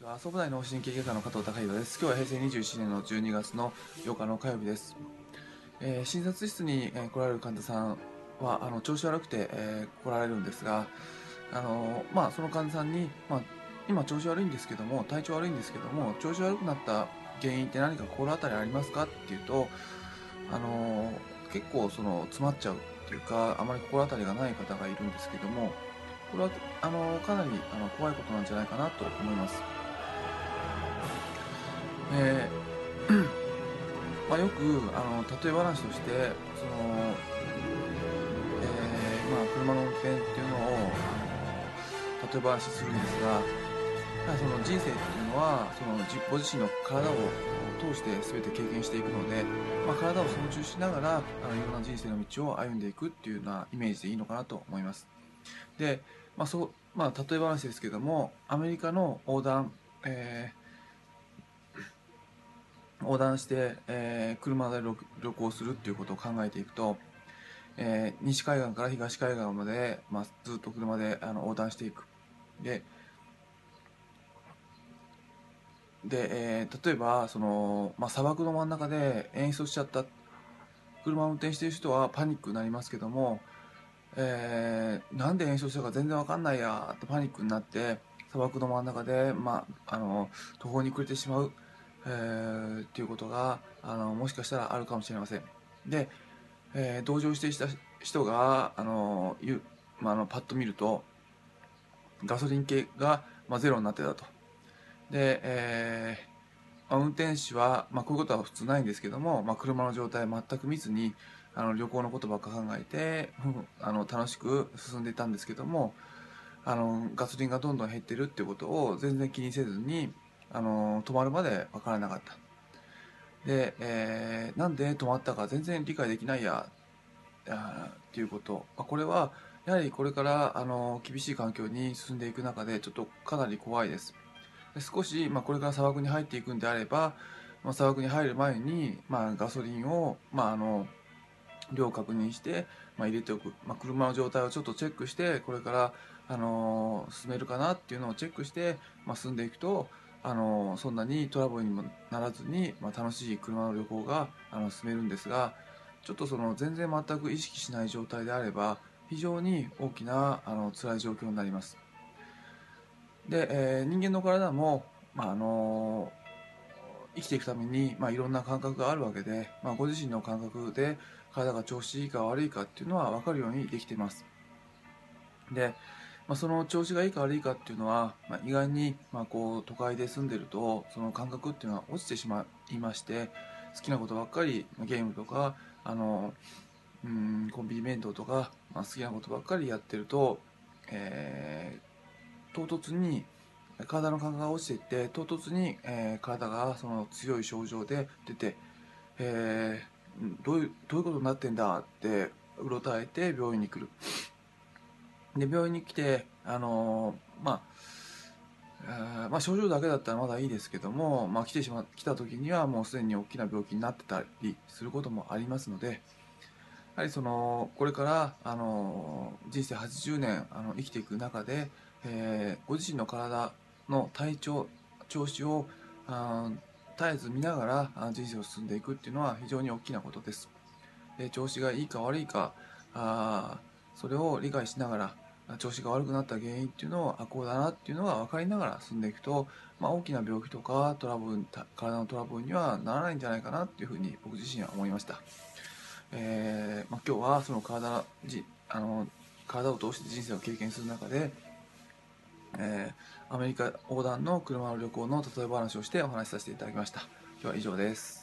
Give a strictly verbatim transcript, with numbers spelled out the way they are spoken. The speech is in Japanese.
ちは、総武大脳神経外科の加藤孝弘です。今日は平成にじゅうななねんのじゅうにがつのようかの火曜日です。えー診察室に、えー来られる患者さんはあの調子悪くて、えー来られるんですが、あのまあ、その患者さんに、まあ、今調子悪いんですけども、体調悪いんですけども、調子悪くなった原因って何か心当たりありますかっていうと、あの結構その詰まっちゃうっていうか、あまり心当たりがない方がいるんですけども、これはあのかなりあの怖いことなんじゃないかなと思います。えーまあ、よくあの例え話としてその、えーまあ、車の運転っていうのをあの例え話するんですが、やはりその人生っていうのはそのじご自身の体を通して全て経験していくので、まあ、体を操縦しながらあのいろんな人生の道を歩んでいくっていうようなイメージでいいのかなと思います。で、まあそうまあ、例え話ですけども、アメリカの横断、えー横断して、えー車で旅行するっていうことを考えていくと、えー西海岸から東海岸まで、まあ、ずっと車であの横断していく。で、でえー例えばその、まあ、砂漠の真ん中で演出しちゃった。車を運転している人はパニックになりますけども、えーなんで演奏したか全然わかんないやってパニックになって砂漠の真ん中で、まあ、あの途方に暮れてしまう、えーっていうことがあのもしかしたらあるかもしれません。で、えー同乗していた人があのゆ、まあ、あのパッと見るとガソリン系が、まあ、ゼロになってたと。で、えーまあ、運転手は、まあ、こういうことは普通ないんですけども、まあ、車の状態全く見ずにあの旅行のことばっか考えてあの楽しく進んでいたんですけども、あのガソリンがどんどん減ってるってことを全然気にせずにあの止まるまで分からなかった。で、えーなんで止まったか全然理解できないやあっていうこと、まあ、これはやはりこれからあの厳しい環境に進んでいく中でちょっとかなり怖いです。で少し、まあ、これから砂漠に入っていくんであれば、まあ、砂漠に入る前に、まあ、ガソリンを、まあ、あの量を確認して、まあ、入れておく、まあ、車の状態をちょっとチェックしてこれから、あのー進めるかなっていうのをチェックして、まあ、進んでいくと、あのーそんなにトラブルにもならずに、まあ、楽しい車の旅行があの進めるんですが、ちょっとその全然全く意識しない状態であれば非常に大きなあの辛い状況になります。で、えー人間の体も、まああの生きていくために、まあ、いろんな感覚があるわけで、まあ、ご自身の感覚で体が調子いいか悪いかっていうのは分かるようにできています。で、まあ、その調子がいいか悪いかっていうのは、まあ、意外に、まあ、こう都会で住んでるとその感覚っていうのは落ちてしまいまして、好きなことばっかりゲームとかあのうんコンビニ弁当とか、まあ、好きなことばっかりやってると、えー唐突に体の感覚が落ちていって唐突に、えー体がその強い症状で出て、えーどういうどういうことになってんだってうろたえて病院に来る。で病院に来て、あのーまあ、まあ症状だけだったらまだいいですけども、まあ、来てしま来た時にはもうすでに大きな病気になってたりすることもありますので、やはりそのこれから、あの人生はちじゅうねんあの生きていく中で、えーご自身の体の体調調子をあ絶えず見ながらあ人生を進んでいくっていうのは非常に大きなことです。で調子がいいか悪いか、あそれを理解しながら調子が悪くなった原因っていうのをあこうだなっていうのが分かりながら進んでいくと、まあ、大きな病気とかトラブル体のトラブルにはならないんじゃないかなっていうふうに僕自身は思いました。えーまあ、今日はその体じあの体を通して人生を経験する中で、えーアメリカ横断の車の旅行の例え話をしてお話しさせていただきました。今日は以上です。